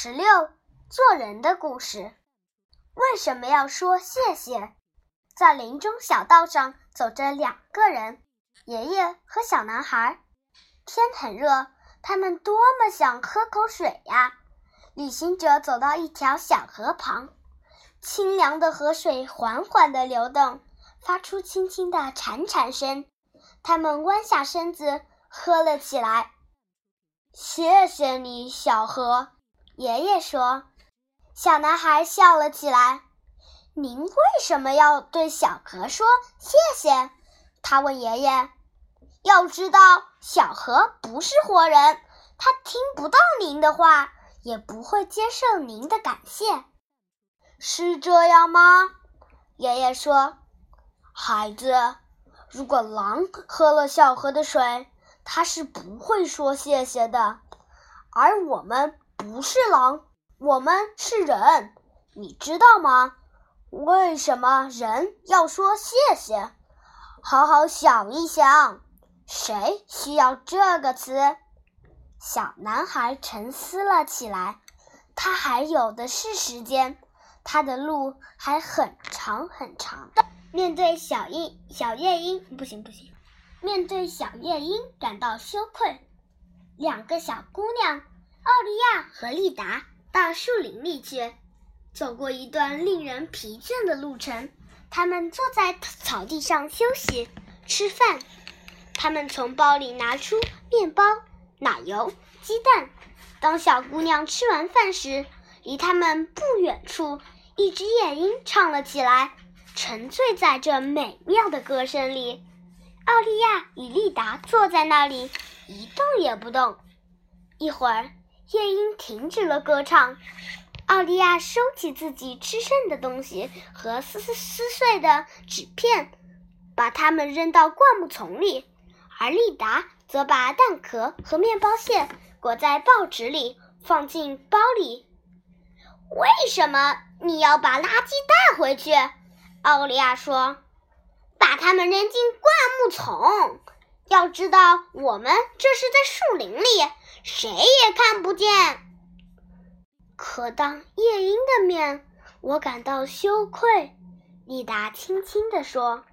16做人的故事。为什么要说谢谢？在林中小道上走着2个人，爷爷和小男孩。天很热，他们多么想喝口水呀！旅行者走到一条小河旁，清凉的河水缓缓地流动，发出轻轻的潺潺声。他们弯下身子喝了起来。谢谢你，小河，爷爷说。小男孩笑了起来。您为什么要对小河说谢谢？他问爷爷。要知道，小河不是活人，他听不到您的话，也不会接受您的感谢。是这样吗？爷爷说。孩子，如果狼喝了小河的水，他是不会说谢谢的。而我们不是狼，我们是人，你知道吗？为什么人要说谢谢？好好想一想，谁需要这个词？小男孩沉思了起来，他还有的是时间，他的路还很长很长。面对面对小夜莺感到羞愧。2个小姑娘奥利亚和丽达到树林里去，走过一段令人疲倦的路程。她们坐在草地上休息吃饭。她们从包里拿出面包、奶油、鸡蛋。当小姑娘吃完饭时，离她们不远处，一只夜莺唱了起来，沉醉在这美妙的歌声里。奥利亚与丽达坐在那里一动也不动。一会儿，夜莺停止了歌唱。奥利亚收起自己吃剩的东西和撕碎的纸片，把它们扔到灌木丛里，而丽达则把蛋壳和面包屑裹在报纸里，放进包里。为什么你要把垃圾带回去？奥利亚说。把它们扔进灌木丛。要知道，我们这是在树林里，谁也看不见。可当夜莺的面，我感到羞愧，丽达轻轻地说。